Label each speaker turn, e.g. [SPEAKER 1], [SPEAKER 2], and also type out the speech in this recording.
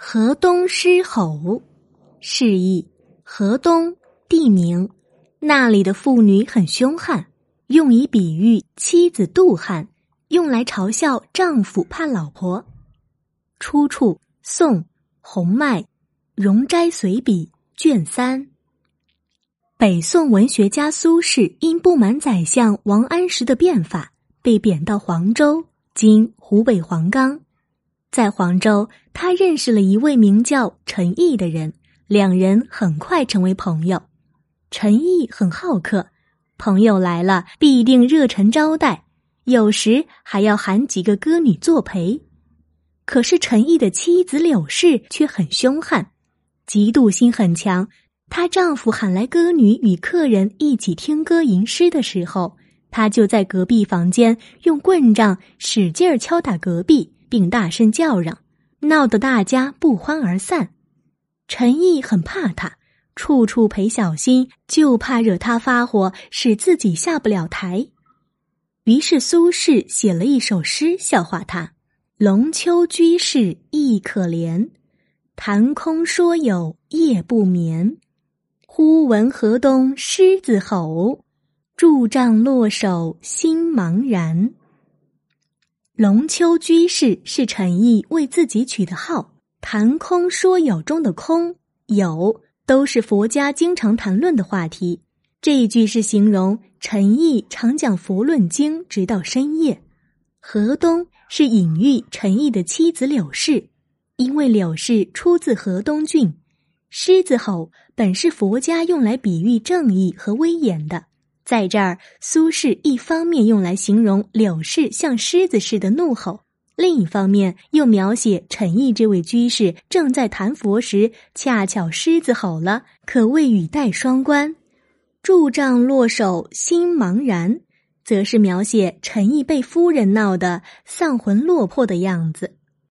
[SPEAKER 1] 河东狮吼，示意河东地名，那里的妇女很凶悍，用以比喻妻子妒悍，用来嘲笑丈夫怕老婆。出处宋洪迈《容斋随笔》卷3。北宋文学家苏轼因不满宰相王安石的变法，被贬到黄州（今湖北黄冈）。在黄州，他认识了一位名叫陈毅的人，两人很快成为朋友。陈毅很好客，朋友来了必定热忱招待，有时还要喊几个歌女作陪。可是陈毅的妻子柳氏却很凶悍，嫉妒心很强。她丈夫喊来歌女与客人一起听歌吟诗的时候，她就在隔壁房间用棍杖使劲敲打隔壁，并大声叫嚷，闹得大家不欢而散。陈毅很怕她，处处陪小心，就怕惹她发火，使自己下不了台。于是苏轼写了一首诗笑话她：龙丘居士亦可怜，谈空说有夜不眠。忽闻河东狮子吼，拄杖落手心茫然。龙丘居士是陈毅为自己取的号，谈空说有中的空、有都是佛家经常谈论的话题。这一句是形容陈毅常讲佛论经直到深夜。河东是隐喻陈毅的妻子柳氏，因为柳氏出自河东郡。狮子吼本是佛家用来比喻正义和威严的，在这儿苏轼一方面用来形容柳氏像狮子似的怒吼，另一方面又描写陈毅这位居士正在谈佛时恰巧狮子吼了，可谓语带双关。拄杖落手心茫然，则是描写陈毅被夫人闹得丧魂落魄的样子。